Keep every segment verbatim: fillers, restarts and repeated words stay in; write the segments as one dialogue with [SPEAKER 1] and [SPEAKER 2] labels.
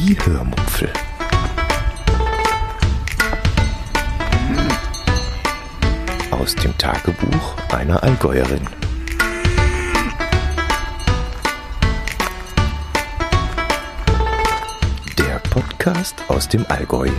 [SPEAKER 1] Die Hörmupfel. Aus dem Tagebuch einer Allgäuerin. Der Podcast aus dem Allgäu.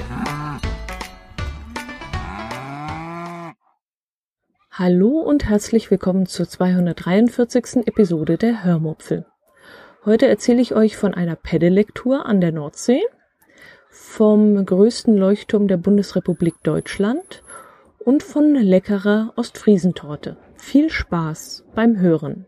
[SPEAKER 2] Hallo und herzlich willkommen zur zweihundertdreiundvierzigsten Episode der Hörmupfel. Heute erzähle ich euch von einer Peddelektur an der Nordsee, vom größten Leuchtturm der Bundesrepublik Deutschland und von leckerer Ostfriesentorte. Viel Spaß beim Hören.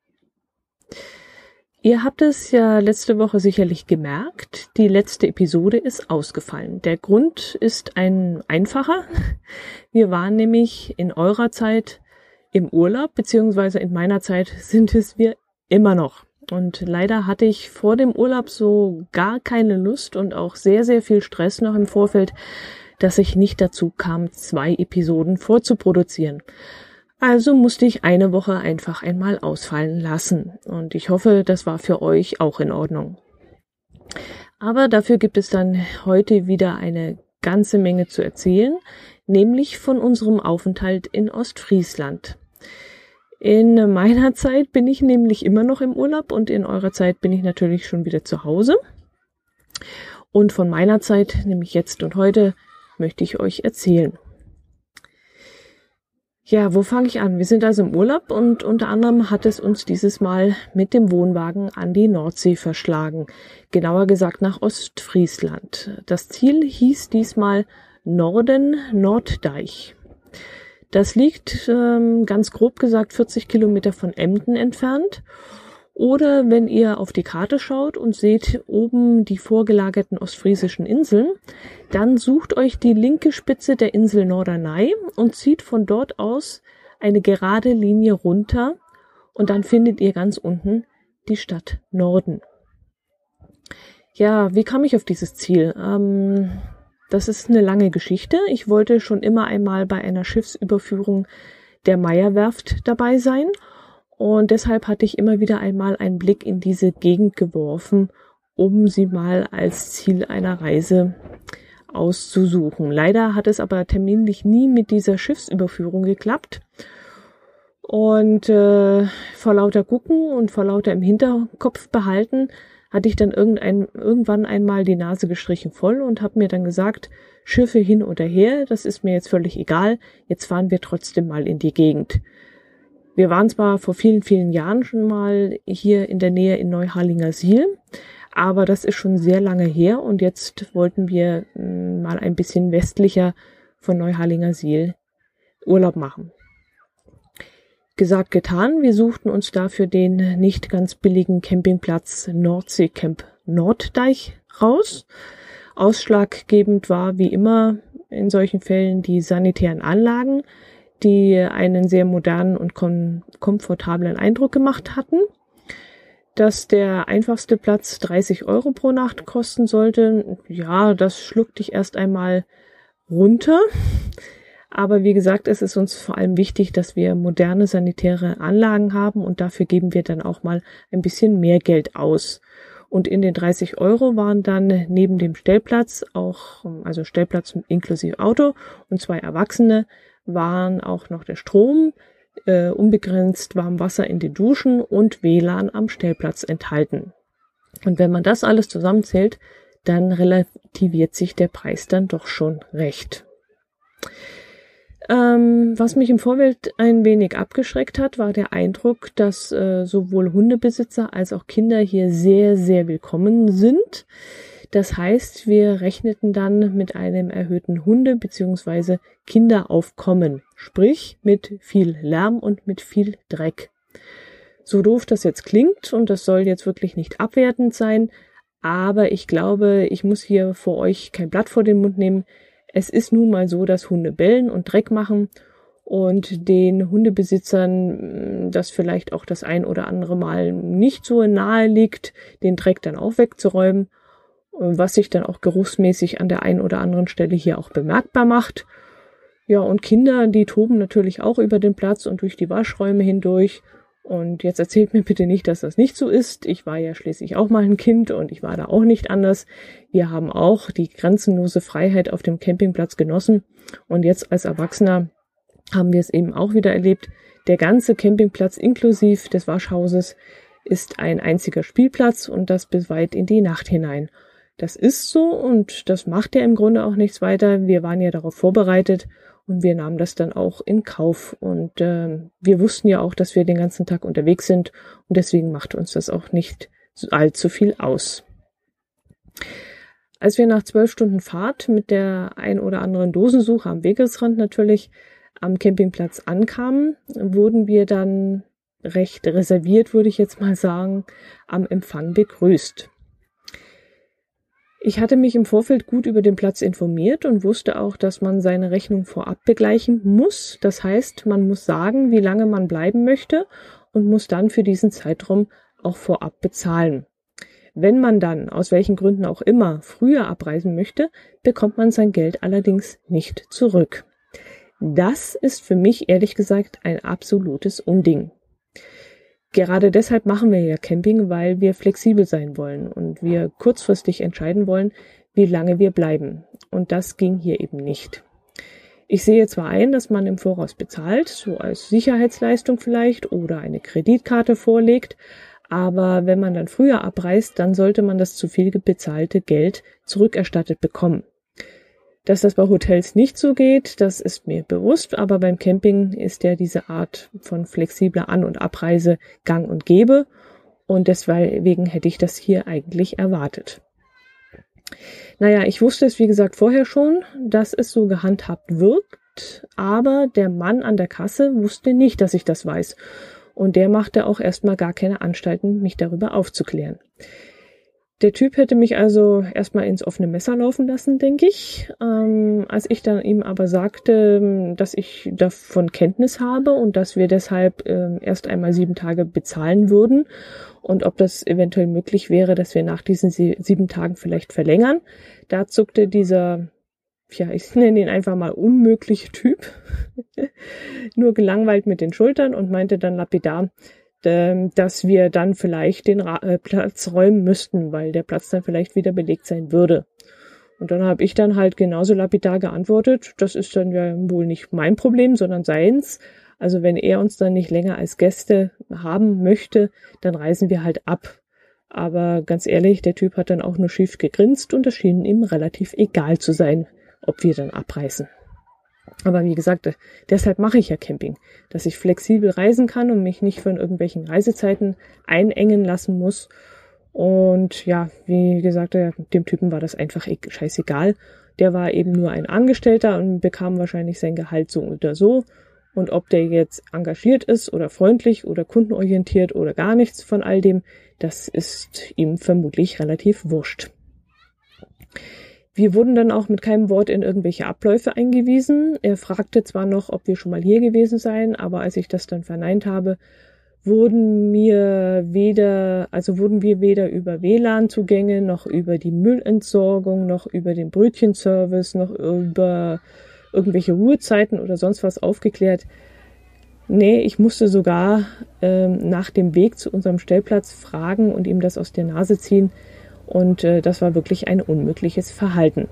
[SPEAKER 2] Ihr habt es ja letzte Woche sicherlich gemerkt, die letzte Episode ist ausgefallen. Der Grund ist ein einfacher. Wir waren nämlich in eurer Zeit im Urlaub, beziehungsweise in meiner Zeit sind es wir immer noch. Und leider hatte ich vor dem Urlaub so gar keine Lust und auch sehr, sehr viel Stress noch im Vorfeld, dass ich nicht dazu kam, zwei Episoden vorzuproduzieren. Also musste ich eine Woche einfach einmal ausfallen lassen. Und ich hoffe, das war für euch auch in Ordnung. Aber dafür gibt es dann heute wieder eine ganze Menge zu erzählen, nämlich von unserem Aufenthalt in Ostfriesland. In meiner Zeit bin ich nämlich immer noch im Urlaub und in eurer Zeit bin ich natürlich schon wieder zu Hause. Und von meiner Zeit, nämlich jetzt und heute, möchte ich euch erzählen. Ja, wo fange ich an? Wir sind also im Urlaub und unter anderem hat es uns dieses Mal mit dem Wohnwagen an die Nordsee verschlagen. Genauer gesagt nach Ostfriesland. Das Ziel hieß diesmal Norden-Norddeich. Das liegt ähm, ganz grob gesagt vierzig Kilometer von Emden entfernt. Oder wenn ihr auf die Karte schaut und seht oben die vorgelagerten ostfriesischen Inseln, dann sucht euch die linke Spitze der Insel Norderney und zieht von dort aus eine gerade Linie runter und dann findet ihr ganz unten die Stadt Norden. Ja, wie kam ich auf dieses Ziel? Ähm, das ist eine lange Geschichte. Ich wollte schon immer einmal bei einer Schiffsüberführung der Meyer-Werft dabei sein. Und deshalb hatte ich immer wieder einmal einen Blick in diese Gegend geworfen, um sie mal als Ziel einer Reise auszusuchen. Leider hat es aber terminlich nie mit dieser Schiffsüberführung geklappt. Und äh, vor lauter Gucken und vor lauter im Hinterkopf behalten, hatte ich dann irgendein, irgendwann einmal die Nase gestrichen voll und habe mir dann gesagt, Schiffe hin oder her, das ist mir jetzt völlig egal, jetzt fahren wir trotzdem mal in die Gegend. Wir waren zwar vor vielen, vielen Jahren schon mal hier in der Nähe in Neuharlingersiel, aber das ist schon sehr lange her und jetzt wollten wir mh, mal ein bisschen westlicher von Neuharlingersiel Urlaub machen. Gesagt, getan, wir suchten uns dafür den nicht ganz billigen Campingplatz Nordseecamp Norddeich raus. Ausschlaggebend war wie immer in solchen Fällen die sanitären Anlagen, die einen sehr modernen und kom- komfortablen Eindruck gemacht hatten. Dass der einfachste Platz dreißig Euro pro Nacht kosten sollte, ja, das schluckte ich erst einmal runter. Aber wie gesagt, es ist uns vor allem wichtig, dass wir moderne sanitäre Anlagen haben und dafür geben wir dann auch mal ein bisschen mehr Geld aus. Und in den dreißig Euro waren dann neben dem Stellplatz auch, also Stellplatz inklusive Auto und zwei Erwachsene, waren auch noch der Strom, äh, unbegrenzt Warmwasser in den Duschen und W L A N am Stellplatz enthalten. Und wenn man das alles zusammenzählt, dann relativiert sich der Preis dann doch schon recht. Ähm, was mich im Vorfeld ein wenig abgeschreckt hat, war der Eindruck, dass äh, sowohl Hundebesitzer als auch Kinder hier sehr, sehr willkommen sind. Das heißt, wir rechneten dann mit einem erhöhten Hunde- bzw. Kinderaufkommen, sprich mit viel Lärm und mit viel Dreck. So doof das jetzt klingt, und das soll jetzt wirklich nicht abwertend sein, aber ich glaube, ich muss hier vor euch kein Blatt vor den Mund nehmen. Es ist nun mal so, dass Hunde bellen und Dreck machen und den Hundebesitzern das vielleicht auch das ein oder andere Mal nicht so nahe liegt, den Dreck dann auch wegzuräumen, was sich dann auch geruchsmäßig an der einen oder anderen Stelle hier auch bemerkbar macht. Ja, und Kinder, die toben natürlich auch über den Platz und durch die Waschräume hindurch Und jetzt erzählt mir bitte nicht, dass das nicht so ist. Ich war ja schließlich auch mal ein Kind und ich war da auch nicht anders. Wir haben auch die grenzenlose Freiheit auf dem Campingplatz genossen. Und jetzt als Erwachsener haben wir es eben auch wieder erlebt. Der ganze Campingplatz inklusive des Waschhauses ist ein einziger Spielplatz und das bis weit in die Nacht hinein. Das ist so und das macht ja im Grunde auch nichts weiter. Wir waren ja darauf vorbereitet und wir nahmen das dann auch in Kauf. Und äh, wir wussten ja auch, dass wir den ganzen Tag unterwegs sind und deswegen macht uns das auch nicht allzu viel aus. Als wir nach zwölf Stunden Fahrt mit der ein oder anderen Dosensuche am Wegesrand natürlich am Campingplatz ankamen, wurden wir dann recht reserviert, würde ich jetzt mal sagen, am Empfang begrüßt. Ich hatte mich im Vorfeld gut über den Platz informiert und wusste auch, dass man seine Rechnung vorab begleichen muss. Das heißt, man muss sagen, wie lange man bleiben möchte und muss dann für diesen Zeitraum auch vorab bezahlen. Wenn man dann, aus welchen Gründen auch immer, früher abreisen möchte, bekommt man sein Geld allerdings nicht zurück. Das ist für mich ehrlich gesagt ein absolutes Unding. Gerade deshalb machen wir ja Camping, weil wir flexibel sein wollen und wir kurzfristig entscheiden wollen, wie lange wir bleiben. Und das ging hier eben nicht. Ich sehe zwar ein, dass man im Voraus bezahlt, so als Sicherheitsleistung vielleicht oder eine Kreditkarte vorlegt, aber wenn man dann früher abreist, dann sollte man das zu viel bezahlte Geld zurückerstattet bekommen. Dass das bei Hotels nicht so geht, das ist mir bewusst, aber beim Camping ist ja diese Art von flexibler An- und Abreise gang und gäbe und deswegen hätte ich das hier eigentlich erwartet. Naja, ich wusste es wie gesagt vorher schon, dass es so gehandhabt wirkt, aber der Mann an der Kasse wusste nicht, dass ich das weiß und der machte auch erstmal gar keine Anstalten, mich darüber aufzuklären. Der Typ hätte mich also erstmal ins offene Messer laufen lassen, denke ich. Ähm, als ich dann ihm aber sagte, dass ich davon Kenntnis habe und dass wir deshalb äh, erst einmal sieben Tage bezahlen würden und ob das eventuell möglich wäre, dass wir nach diesen sie- sieben Tagen vielleicht verlängern, da zuckte dieser, ja, ich nenne ihn einfach mal unmögliche Typ, nur gelangweilt mit den Schultern und meinte dann lapidar, dass wir dann vielleicht den Ra- äh, Platz räumen müssten, weil der Platz dann vielleicht wieder belegt sein würde. Und dann habe ich dann halt genauso lapidar geantwortet, das ist dann ja wohl nicht mein Problem, sondern seins. Also wenn er uns dann nicht länger als Gäste haben möchte, dann reisen wir halt ab. Aber ganz ehrlich, der Typ hat dann auch nur schief gegrinst und es schien ihm relativ egal zu sein, ob wir dann abreisen. Aber wie gesagt, deshalb mache ich ja Camping, dass ich flexibel reisen kann und mich nicht von irgendwelchen Reisezeiten einengen lassen muss. Und ja, wie gesagt, dem Typen war das einfach scheißegal. Der war eben nur ein Angestellter und bekam wahrscheinlich sein Gehalt so oder so. Und ob der jetzt engagiert ist oder freundlich oder kundenorientiert oder gar nichts von all dem, das ist ihm vermutlich relativ wurscht. Wir wurden dann auch mit keinem Wort in irgendwelche Abläufe eingewiesen. Er fragte zwar noch, ob wir schon mal hier gewesen seien, aber als ich das dann verneint habe, wurden mir weder, also wurden wir weder über W L A N-Zugänge, noch über die Müllentsorgung, noch über den Brötchenservice, noch über irgendwelche Ruhezeiten oder sonst was aufgeklärt. Nee, ich musste sogar ähm, nach dem Weg zu unserem Stellplatz fragen und ihm das aus der Nase ziehen. Und äh, das war wirklich ein unmögliches Verhalten.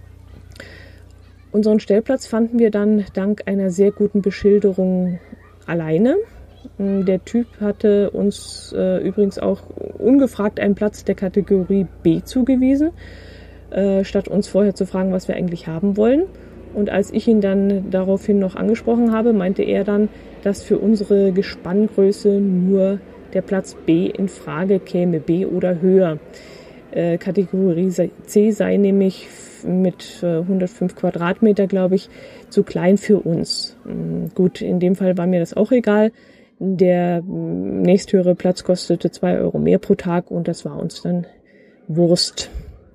[SPEAKER 2] Unseren Stellplatz fanden wir dann dank einer sehr guten Beschilderung alleine. Der Typ hatte uns äh, übrigens auch ungefragt einen Platz der Kategorie B zugewiesen, äh, statt uns vorher zu fragen, was wir eigentlich haben wollen. Und als ich ihn dann daraufhin noch angesprochen habe, meinte er dann, dass für unsere Gespanngröße nur der Platz B in Frage käme, B oder höher. Äh, Kategorie C sei nämlich mit äh, hundertfünf Quadratmeter, glaube ich, zu klein für uns. Ähm, gut, in dem Fall war mir das auch egal. Der nächsthöhere Platz kostete zwei Euro mehr pro Tag und das war uns dann Wurst.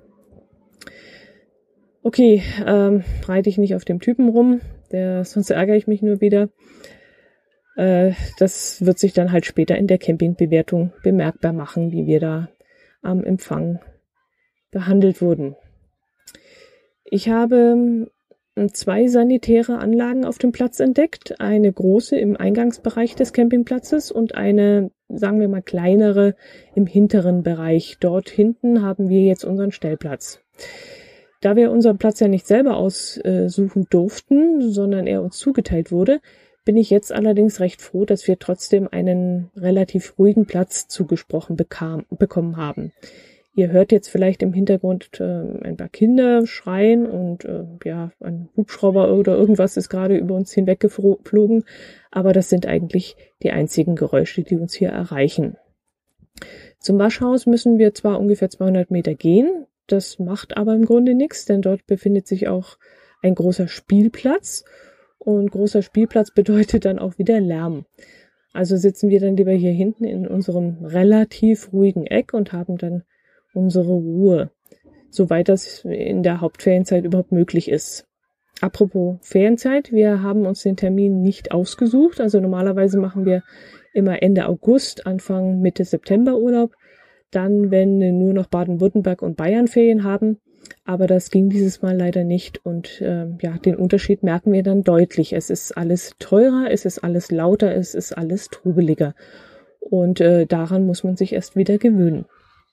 [SPEAKER 2] Okay, ähm, reite ich nicht auf dem Typen rum, der, sonst ärgere ich mich nur wieder. Äh, das wird sich dann halt später in der Campingbewertung bemerkbar machen, wie wir da am Empfang behandelt wurden. Ich habe zwei sanitäre Anlagen auf dem Platz entdeckt. Eine große im Eingangsbereich des Campingplatzes und eine, sagen wir mal, kleinere im hinteren Bereich. Dort hinten haben wir jetzt unseren Stellplatz. Da wir unseren Platz ja nicht selber aussuchen durften, sondern er uns zugeteilt wurde, bin ich jetzt allerdings recht froh, dass wir trotzdem einen relativ ruhigen Platz zugesprochen bekam, bekommen haben. Ihr hört jetzt vielleicht im Hintergrund äh, ein paar Kinder schreien und äh, ja, ein Hubschrauber oder irgendwas ist gerade über uns hinweggeflogen, aber das sind eigentlich die einzigen Geräusche, die uns hier erreichen. Zum Waschhaus müssen wir zwar ungefähr zweihundert Meter gehen, das macht aber im Grunde nichts, denn dort befindet sich auch ein großer Spielplatz. Und großer Spielplatz bedeutet dann auch wieder Lärm. Also sitzen wir dann lieber hier hinten in unserem relativ ruhigen Eck und haben dann unsere Ruhe, soweit das in der Hauptferienzeit überhaupt möglich ist. Apropos Ferienzeit, wir haben uns den Termin nicht ausgesucht. Also normalerweise machen wir immer Ende August, Anfang Mitte September Urlaub. Dann, wenn nur noch Baden-Württemberg und Bayern Ferien haben. Aber das ging dieses Mal leider nicht und äh, ja, den Unterschied merken wir dann deutlich. Es ist alles teurer, es ist alles lauter, es ist alles trubeliger und äh, daran muss man sich erst wieder gewöhnen.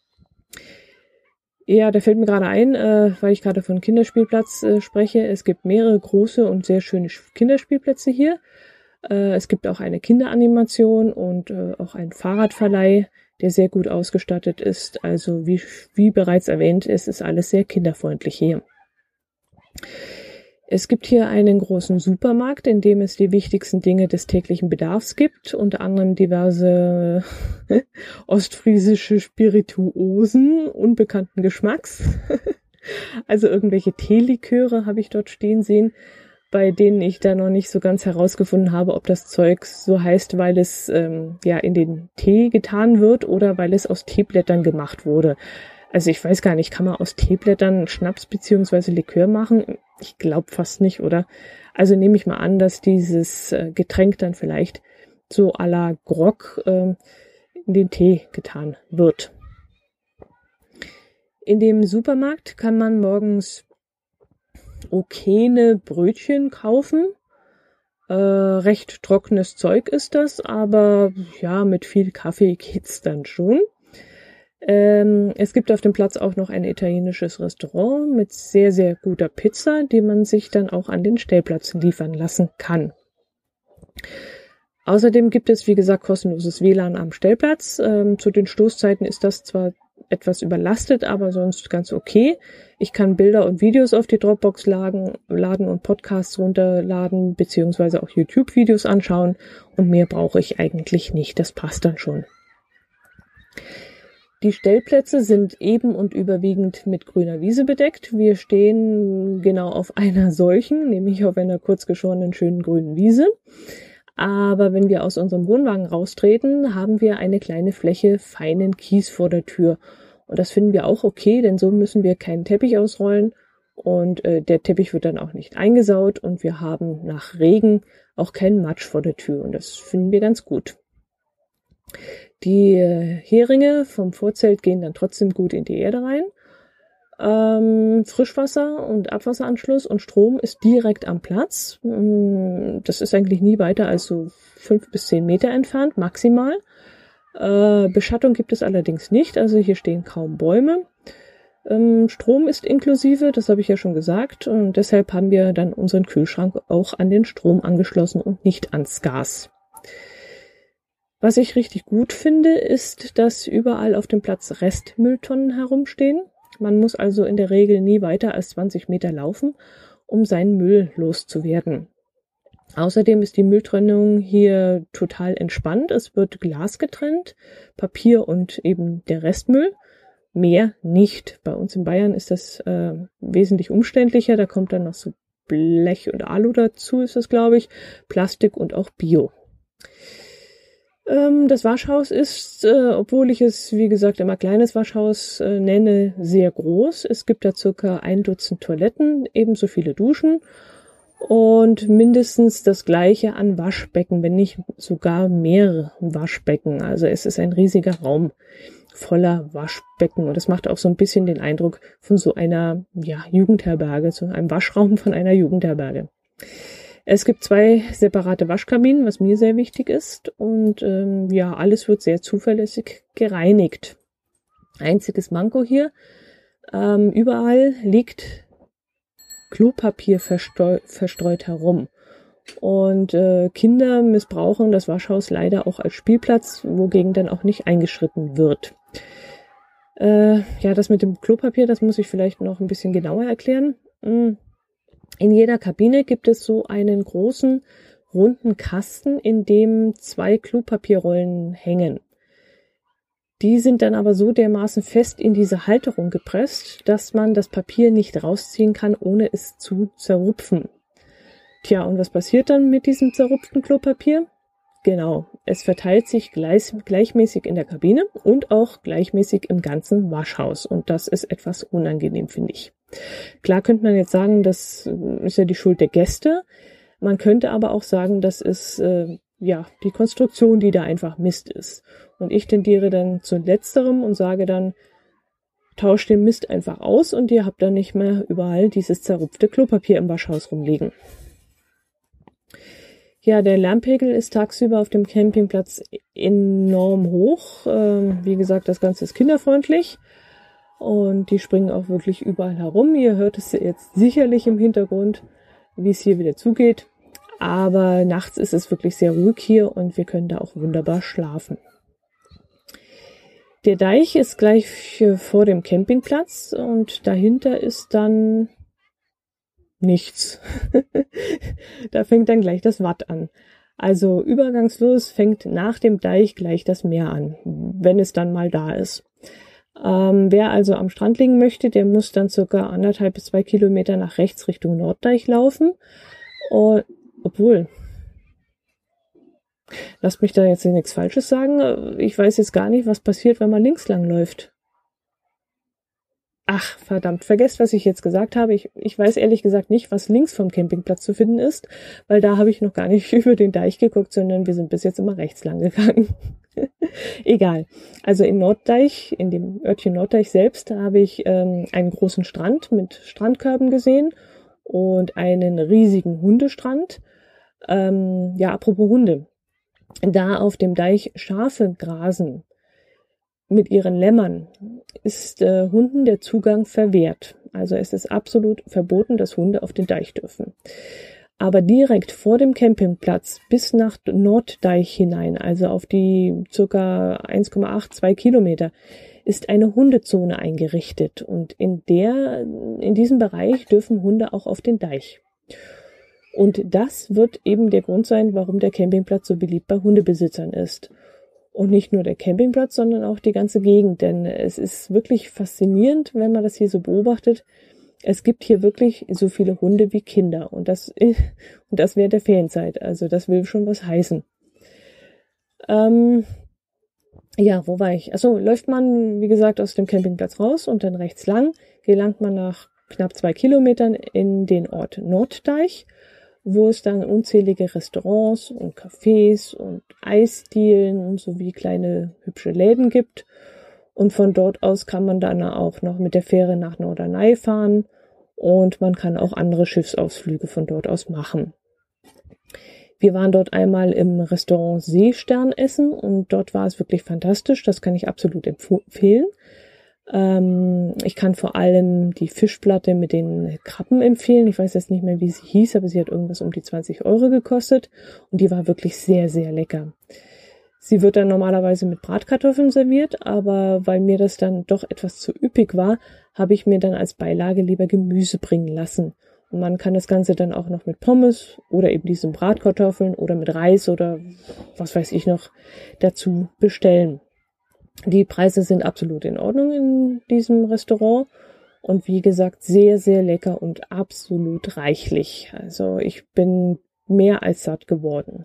[SPEAKER 2] Ja, da fällt mir gerade ein, äh, weil ich gerade von Kinderspielplatz äh, spreche, es gibt mehrere große und sehr schöne Kinderspielplätze hier. Äh, es gibt auch eine Kinderanimation und äh, auch einen Fahrradverleih, der sehr gut ausgestattet ist. Also wie, wie bereits erwähnt, es ist alles sehr kinderfreundlich hier. Es gibt hier einen großen Supermarkt, in dem es die wichtigsten Dinge des täglichen Bedarfs gibt, unter anderem diverse ostfriesische Spirituosen unbekannten Geschmacks. Also irgendwelche Teeliköre habe ich dort stehen sehen, bei denen ich da noch nicht so ganz herausgefunden habe, ob das Zeug so heißt, weil es ähm, ja in den Tee getan wird oder weil es aus Teeblättern gemacht wurde. Also ich weiß gar nicht, kann man aus Teeblättern Schnaps bzw. Likör machen? Ich glaube fast nicht, oder? Also nehme ich mal an, dass dieses äh, Getränk dann vielleicht so à la Grog äh, in den Tee getan wird. In dem Supermarkt kann man morgens okayne Brötchen kaufen. Äh, recht trockenes Zeug ist das, aber ja, mit viel Kaffee geht's dann schon. Ähm, es gibt auf dem Platz auch noch ein italienisches Restaurant mit sehr, sehr guter Pizza, die man sich dann auch an den Stellplatz liefern lassen kann. Außerdem gibt es, wie gesagt, kostenloses W L A N am Stellplatz. Ähm, zu den Stoßzeiten ist das zwar etwas überlastet, aber sonst ganz okay. Ich kann Bilder und Videos auf die Dropbox laden, laden und Podcasts runterladen, beziehungsweise auch YouTube-Videos anschauen und mehr brauche ich eigentlich nicht. Das passt dann schon. Die Stellplätze sind eben und überwiegend mit grüner Wiese bedeckt. Wir stehen genau auf einer solchen, nämlich auf einer kurzgeschorenen, schönen grünen Wiese. Aber wenn wir aus unserem Wohnwagen raustreten, haben wir eine kleine Fläche feinen Kies vor der Tür. Und das finden wir auch okay, denn so müssen wir keinen Teppich ausrollen und äh, der Teppich wird dann auch nicht eingesaut und wir haben nach Regen auch keinen Matsch vor der Tür und das finden wir ganz gut. Die äh, Heringe vom Vorzelt gehen dann trotzdem gut in die Erde rein. Ähm, Frischwasser und Abwasseranschluss und Strom ist direkt am Platz. Das ist eigentlich nie weiter als so fünf bis zehn Meter entfernt, maximal. Äh, Beschattung gibt es allerdings nicht, also hier stehen kaum Bäume. Ähm, Strom ist inklusive, das habe ich ja schon gesagt, und deshalb haben wir dann unseren Kühlschrank auch an den Strom angeschlossen und nicht ans Gas. Was ich richtig gut finde, ist, dass überall auf dem Platz Restmülltonnen herumstehen. Man muss also in der Regel nie weiter als zwanzig Meter laufen, um seinen Müll loszuwerden. Außerdem ist die Mülltrennung hier total entspannt. Es wird Glas getrennt, Papier und eben der Restmüll. Mehr nicht. Bei uns in Bayern ist das äh, wesentlich umständlicher. Da kommt dann noch so Blech und Alu dazu, ist das, glaube ich. Plastik und auch Bio. Das Waschhaus ist, äh, obwohl ich es, wie gesagt, immer kleines Waschhaus äh, nenne, sehr groß. Es gibt da circa ein Dutzend Toiletten, ebenso viele Duschen und mindestens das gleiche an Waschbecken, wenn nicht sogar mehrere Waschbecken. Also es ist ein riesiger Raum. voller Waschbecken. Und das macht auch so ein bisschen den Eindruck von so einer ja, Jugendherberge, so einem Waschraum von einer Jugendherberge. Es gibt zwei separate Waschkabinen, was mir sehr wichtig ist. Und ähm, ja, alles wird sehr zuverlässig gereinigt. Einziges Manko hier, ähm, überall liegt Klopapier verstreu- verstreut herum. Und äh, Kinder missbrauchen das Waschhaus leider auch als Spielplatz, wogegen dann auch nicht eingeschritten wird. Äh, ja, das mit dem Klopapier, das muss ich vielleicht noch ein bisschen genauer erklären. In jeder Kabine gibt es so einen großen, runden Kasten, in dem zwei Klopapierrollen hängen. Die sind dann aber so dermaßen fest in diese Halterung gepresst, dass man das Papier nicht rausziehen kann, ohne es zu zerrupfen. Tja, und was passiert dann mit diesem zerrupften Klopapier? Genau, es verteilt sich gleich, gleichmäßig in der Kabine und auch gleichmäßig im ganzen Waschhaus. Und das ist etwas unangenehm, finde ich. Klar könnte man jetzt sagen, das ist ja die Schuld der Gäste. Man könnte aber auch sagen, das ist äh, ja die Konstruktion, die da einfach Mist ist. Und ich tendiere dann zu letzterem und sage dann, tauscht den Mist einfach aus und ihr habt dann nicht mehr überall dieses zerrupfte Klopapier im Waschhaus rumliegen. Ja, der Lärmpegel ist tagsüber auf dem Campingplatz enorm hoch. Ähm, wie gesagt, das Ganze ist kinderfreundlich und die springen auch wirklich überall herum. Ihr hört es jetzt sicherlich im Hintergrund, wie es hier wieder zugeht. Aber nachts ist es wirklich sehr ruhig hier und wir können da auch wunderbar schlafen. Der Deich ist gleich vor dem Campingplatz und dahinter ist dann nichts. Da fängt dann gleich das Watt an. Also übergangslos fängt nach dem Deich gleich das Meer an, wenn es dann mal da ist. Ähm, wer also am Strand liegen möchte, der muss dann circa anderthalb bis zwei Kilometer nach rechts Richtung Norddeich laufen. Und, obwohl, lasst mich da jetzt nichts Falsches sagen. Ich weiß jetzt gar nicht, was passiert, wenn man links lang läuft. Ach, verdammt, vergesst, was ich jetzt gesagt habe. Ich, ich weiß ehrlich gesagt nicht, was links vom Campingplatz zu finden ist, weil da habe ich noch gar nicht über den Deich geguckt, sondern wir sind bis jetzt immer rechts lang gegangen. Egal. Also in Norddeich, in dem Örtchen Norddeich selbst, habe ich ähm, einen großen Strand mit Strandkörben gesehen und einen riesigen Hundestrand. Ähm, ja, apropos Hunde. Da auf dem Deich Schafe grasen mit ihren Lämmern, ist äh, Hunden der Zugang verwehrt. Also es ist absolut verboten, dass Hunde auf den Deich dürfen. Aber direkt vor dem Campingplatz bis nach Norddeich hinein, also auf die circa eins Komma acht, zwei Kilometer, ist eine Hundezone eingerichtet. Und in der, in diesem Bereich dürfen Hunde auch auf den Deich. Und das wird eben der Grund sein, warum der Campingplatz so beliebt bei Hundebesitzern ist. Und nicht nur der Campingplatz, sondern auch die ganze Gegend. Denn es ist wirklich faszinierend, wenn man das hier so beobachtet. Es gibt hier wirklich so viele Hunde wie Kinder. Und das, und das während der Ferienzeit. Also das will schon was heißen. Ähm, ja, wo war ich? Achso, läuft man, wie gesagt, aus dem Campingplatz raus und dann rechts lang, gelangt man nach knapp zwei Kilometern in den Ort Norddeich, wo es dann unzählige Restaurants und Cafés und Eisdielen sowie kleine hübsche Läden gibt. Und von dort aus kann man dann auch noch mit der Fähre nach Norderney fahren und man kann auch andere Schiffsausflüge von dort aus machen. Wir waren dort einmal im Restaurant Seestern essen und dort war es wirklich fantastisch. Das kann ich absolut empfehlen. Ähm, ich kann vor allem die Fischplatte mit den Krabben empfehlen. Ich weiß jetzt nicht mehr, wie sie hieß, aber sie hat irgendwas um die zwanzig Euro gekostet und die war wirklich sehr, sehr lecker. Sie wird dann normalerweise mit Bratkartoffeln serviert, aber weil mir das dann doch etwas zu üppig war, habe ich mir dann als Beilage lieber Gemüse bringen lassen. Und man kann das Ganze dann auch noch mit Pommes oder eben diesen Bratkartoffeln oder mit Reis oder was weiß ich noch dazu bestellen. Die Preise sind absolut in Ordnung in diesem Restaurant und wie gesagt sehr, sehr lecker und absolut reichlich. Also ich bin mehr als satt geworden.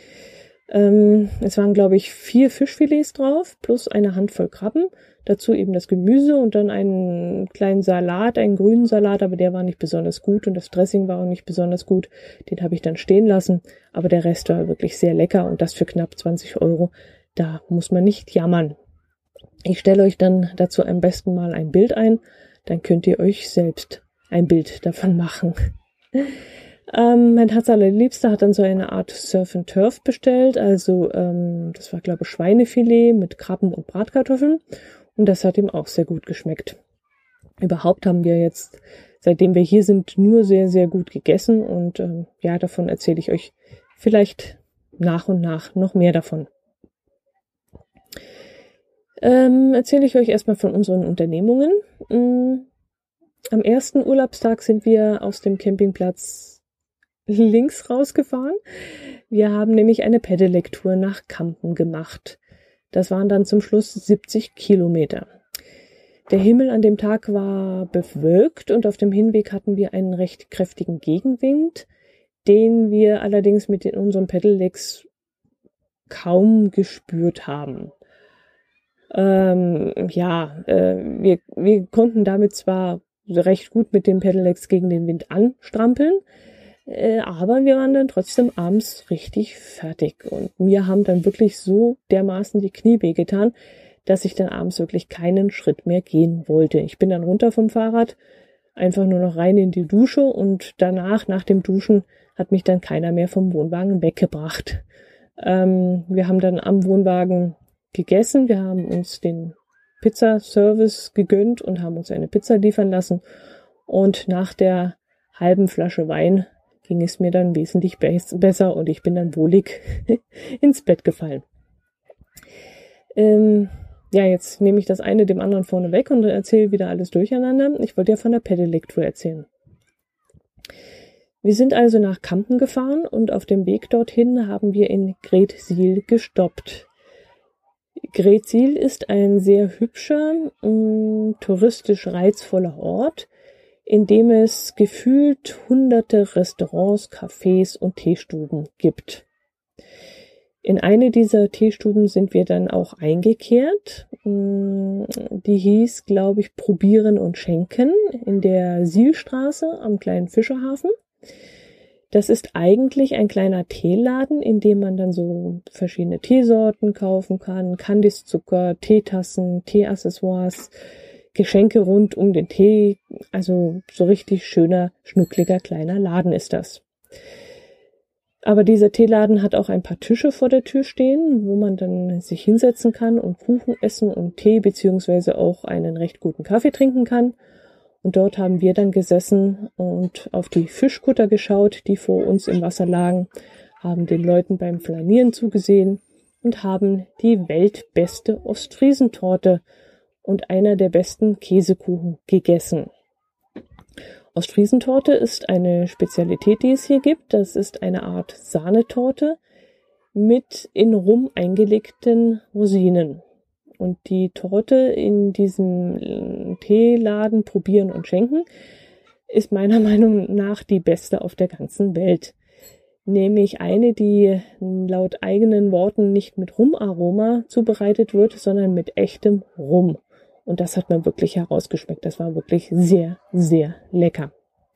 [SPEAKER 2] Ähm, es waren, glaube ich, vier Fischfilets drauf plus eine Handvoll Krabben. Dazu eben das Gemüse und dann einen kleinen Salat, einen grünen Salat, aber der war nicht besonders gut und das Dressing war auch nicht besonders gut. Den habe ich dann stehen lassen, aber der Rest war wirklich sehr lecker und das für knapp zwanzig Euro. Da muss man nicht jammern. Ich stelle euch dann dazu am besten mal ein Bild ein, dann könnt ihr euch selbst ein Bild davon machen. ähm, mein Herz allerliebster hat dann so eine Art Surf and Turf bestellt, also ähm, das war glaube ich Schweinefilet mit Krabben und Bratkartoffeln und das hat ihm auch sehr gut geschmeckt. Überhaupt haben wir jetzt, seitdem wir hier sind, nur sehr, sehr gut gegessen und ähm, ja, davon erzähle ich euch vielleicht nach und nach noch mehr davon. Ähm, erzähle ich euch erstmal von unseren Unternehmungen. Ähm, am ersten Urlaubstag sind wir aus dem Campingplatz links rausgefahren. Wir haben nämlich eine Pedelec-Tour nach Kampen gemacht. Das waren dann zum Schluss siebzig Kilometer. Der Himmel an dem Tag war bewölkt und auf dem Hinweg hatten wir einen recht kräftigen Gegenwind, den wir allerdings mit in unseren Pedelecs kaum gespürt haben. Ähm, ja, äh, wir, wir konnten damit zwar recht gut mit den Pedelecs gegen den Wind anstrampeln, äh, aber wir waren dann trotzdem abends richtig fertig und mir haben dann wirklich so dermaßen die Knie wehgetan, dass ich dann abends wirklich keinen Schritt mehr gehen wollte. Ich bin dann runter vom Fahrrad, einfach nur noch rein in die Dusche und danach, nach dem Duschen, hat mich dann keiner mehr vom Wohnwagen weggebracht. Ähm, wir haben dann am Wohnwagen gegessen, wir haben uns den Pizzaservice gegönnt und haben uns eine Pizza liefern lassen und nach der halben Flasche Wein ging es mir dann wesentlich be- besser und ich bin dann wohlig ins Bett gefallen. Ähm, ja, jetzt nehme ich das eine dem anderen vorne weg und erzähle wieder alles durcheinander. Ich wollte ja von der Pedelec-Tour erzählen. Wir sind also nach Kampen gefahren und auf dem Weg dorthin haben wir in Greetsiel gestoppt. Greetsiel ist ein sehr hübscher, mh, touristisch reizvoller Ort, in dem es gefühlt hunderte Restaurants, Cafés und Teestuben gibt. In eine dieser Teestuben sind wir dann auch eingekehrt. Die hieß, glaube ich, Probieren und Schenken in der Sielstraße am kleinen Fischerhafen. Das ist eigentlich ein kleiner Teeladen, in dem man dann so verschiedene Teesorten kaufen kann, Kandiszucker, Teetassen, Teeaccessoires, Geschenke rund um den Tee. Also so richtig schöner, schnuckliger kleiner Laden ist das. Aber dieser Teeladen hat auch ein paar Tische vor der Tür stehen, wo man dann sich hinsetzen kann und Kuchen essen und Tee beziehungsweise auch einen recht guten Kaffee trinken kann. Und dort haben wir dann gesessen und auf die Fischkutter geschaut, die vor uns im Wasser lagen, haben den Leuten beim Flanieren zugesehen und haben die weltbeste Ostfriesentorte und einer der besten Käsekuchen gegessen. Ostfriesentorte ist eine Spezialität, die es hier gibt. Das ist eine Art Sahnetorte mit in Rum eingelegten Rosinen. Und die Torte in diesem Teeladen Probieren und Schenken ist meiner Meinung nach die beste auf der ganzen Welt. Nämlich eine, die laut eigenen Worten nicht mit Rumaroma zubereitet wird, sondern mit echtem Rum. Und das hat mir wirklich herausgeschmeckt. Das war wirklich sehr, sehr lecker.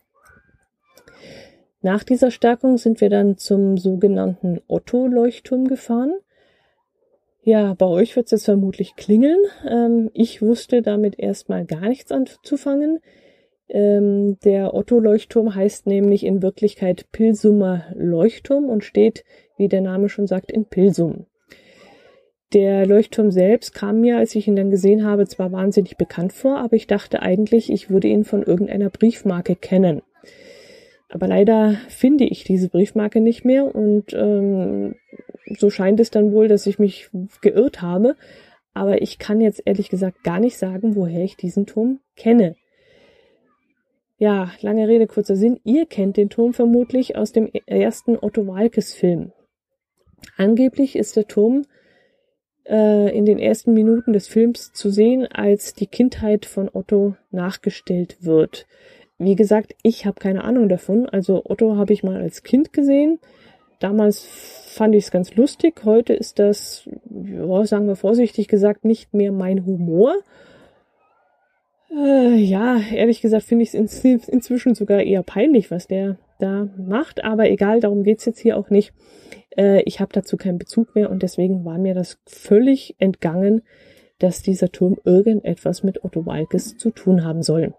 [SPEAKER 2] Nach dieser Stärkung sind wir dann zum sogenannten Otto-Leuchtturm gefahren. Ja, bei euch wird es jetzt vermutlich klingeln. Ähm, ich wusste damit erstmal gar nichts anzufangen. Ähm, der Otto-Leuchtturm heißt nämlich in Wirklichkeit Pilsumer Leuchtturm und steht, wie der Name schon sagt, in Pilsum. Der Leuchtturm selbst kam mir, als ich ihn dann gesehen habe, zwar wahnsinnig bekannt vor, aber ich dachte eigentlich, ich würde ihn von irgendeiner Briefmarke kennen. Aber leider finde ich diese Briefmarke nicht mehr und ähm, so scheint es dann wohl, dass ich mich geirrt habe. Aber ich kann jetzt ehrlich gesagt gar nicht sagen, woher ich diesen Turm kenne. Ja, lange Rede, kurzer Sinn. Ihr kennt den Turm vermutlich aus dem ersten Otto Waalkes-Film. Angeblich ist der Turm äh, in den ersten Minuten des Films zu sehen, als die Kindheit von Otto nachgestellt wird. Wie gesagt, ich habe keine Ahnung davon. Also Otto habe ich mal als Kind gesehen. Damals fand ich es ganz lustig. Heute ist das, ja, sagen wir vorsichtig gesagt, nicht mehr mein Humor. Äh, ja, ehrlich gesagt finde ich es in, inzwischen sogar eher peinlich, was der da macht. Aber egal, darum geht's jetzt hier auch nicht. Äh, ich habe dazu keinen Bezug mehr und deswegen war mir das völlig entgangen, dass dieser Turm irgendetwas mit Otto Waalkes zu tun haben soll.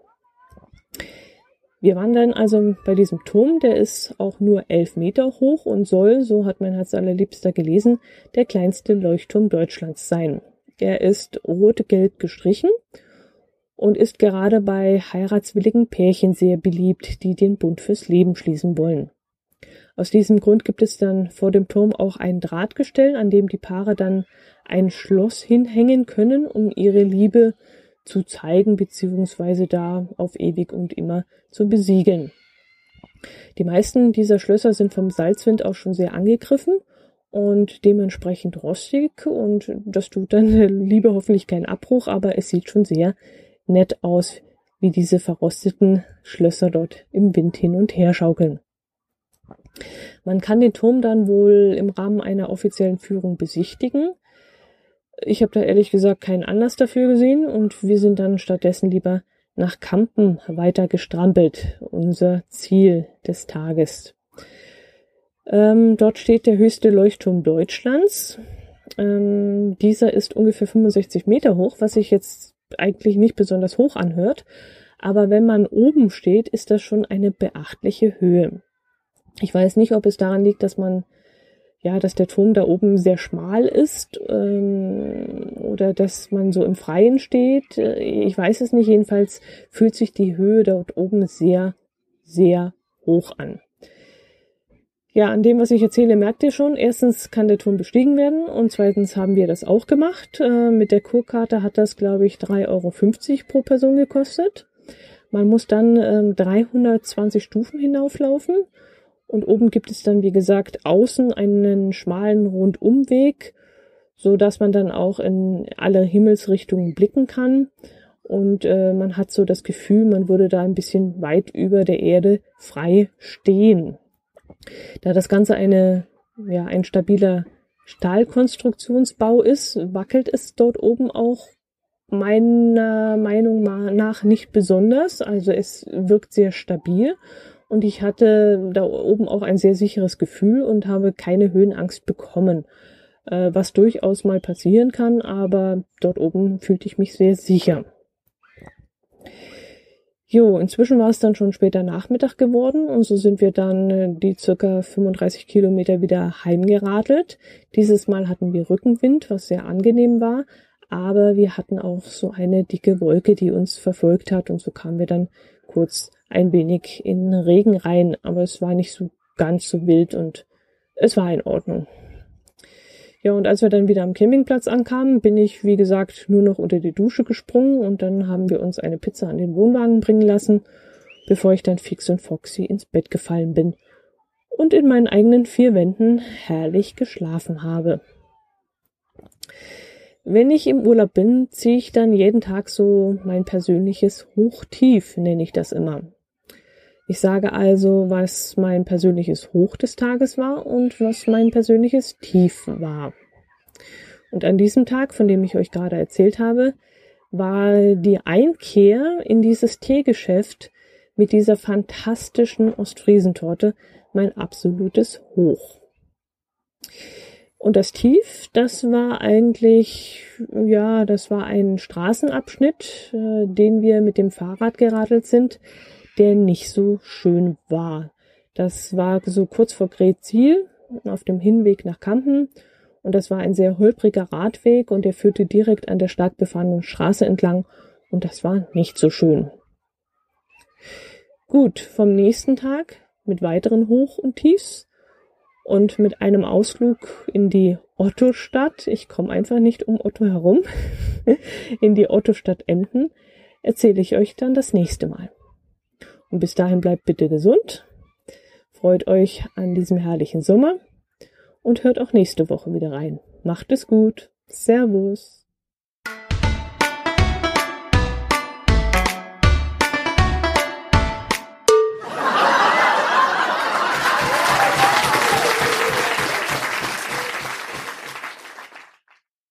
[SPEAKER 2] Wir waren dann also bei diesem Turm, der ist auch nur elf Meter hoch und soll, so hat mein Herz allerliebster gelesen, der kleinste Leuchtturm Deutschlands sein. Er ist rot-gelb gestrichen und ist gerade bei heiratswilligen Pärchen sehr beliebt, die den Bund fürs Leben schließen wollen. Aus diesem Grund gibt es dann vor dem Turm auch ein Drahtgestell, an dem die Paare dann ein Schloss hinhängen können, um ihre Liebe zu zeigen bzw. da auf ewig und immer zu besiegeln. Die meisten dieser Schlösser sind vom Salzwind auch schon sehr angegriffen und dementsprechend rostig und das tut dann der Liebe hoffentlich keinen Abbruch, aber es sieht schon sehr nett aus, wie diese verrosteten Schlösser dort im Wind hin und her schaukeln. Man kann den Turm dann wohl im Rahmen einer offiziellen Führung besichtigen. Ich habe da ehrlich gesagt keinen Anlass dafür gesehen und wir sind dann stattdessen lieber nach Kampen weiter gestrampelt, unser Ziel des Tages. Ähm, dort steht der höchste Leuchtturm Deutschlands. Ähm, dieser ist ungefähr fünfundsechzig Meter hoch, was sich jetzt eigentlich nicht besonders hoch anhört. Aber wenn man oben steht, ist das schon eine beachtliche Höhe. Ich weiß nicht, ob es daran liegt, dass man ja, dass der Turm da oben sehr schmal ist ähm, oder dass man so im Freien steht. Ich weiß es nicht. Jedenfalls fühlt sich die Höhe dort oben sehr, sehr hoch an. Ja, an dem, was ich erzähle, merkt ihr schon. Erstens kann der Turm bestiegen werden und zweitens haben wir das auch gemacht. Äh, mit der Kurkarte hat das, glaube ich, drei Euro fünfzig pro Person gekostet. Man muss dann ähm, dreihundertzwanzig Stufen hinauflaufen. Und oben gibt es dann, wie gesagt, außen einen schmalen Rundumweg, so dass man dann auch in alle Himmelsrichtungen blicken kann. Und äh, man hat so das Gefühl, man würde da ein bisschen weit über der Erde frei stehen. Da das Ganze eine, ja, ein stabiler Stahlkonstruktionsbau ist, wackelt es dort oben auch meiner Meinung nach nicht besonders. Also es wirkt sehr stabil. Und ich hatte da oben auch ein sehr sicheres Gefühl und habe keine Höhenangst bekommen, äh, was durchaus mal passieren kann, aber dort oben fühlte ich mich sehr sicher. Jo, inzwischen war es dann schon später Nachmittag geworden und so sind wir dann äh, die circa fünfunddreißig Kilometer wieder heimgeradelt. Dieses Mal hatten wir Rückenwind, was sehr angenehm war, aber wir hatten auch so eine dicke Wolke, die uns verfolgt hat und so kamen wir dann kurz ein wenig in Regen rein, aber es war nicht so ganz so wild und es war in Ordnung. Ja, und als wir dann wieder am Campingplatz ankamen, bin ich, wie gesagt, nur noch unter die Dusche gesprungen und dann haben wir uns eine Pizza an den Wohnwagen bringen lassen, bevor ich dann fix und foxy ins Bett gefallen bin und in meinen eigenen vier Wänden herrlich geschlafen habe. Wenn ich im Urlaub bin, ziehe ich dann jeden Tag so mein persönliches Hochtief, nenne ich das immer. Ich sage also, was mein persönliches Hoch des Tages war und was mein persönliches Tief war. Und an diesem Tag, von dem ich euch gerade erzählt habe, war die Einkehr in dieses Teegeschäft mit dieser fantastischen Ostfriesentorte mein absolutes Hoch. Und das Tief, das war eigentlich, ja, das war ein Straßenabschnitt, äh, den wir mit dem Fahrrad geradelt sind, der nicht so schön war. Das war so kurz vor Greetsiel auf dem Hinweg nach Kampen und das war ein sehr holpriger Radweg und der führte direkt an der stark befahrenen Straße entlang und das war nicht so schön. Gut, vom nächsten Tag mit weiteren Hoch- und Tiefs und mit einem Ausflug in die Ottostadt, ich komme einfach nicht um Otto herum, in die Ottostadt Emden, erzähle ich euch dann das nächste Mal. Und bis dahin bleibt bitte gesund, freut euch an diesem herrlichen Sommer und hört auch nächste Woche wieder rein. Macht es gut. Servus.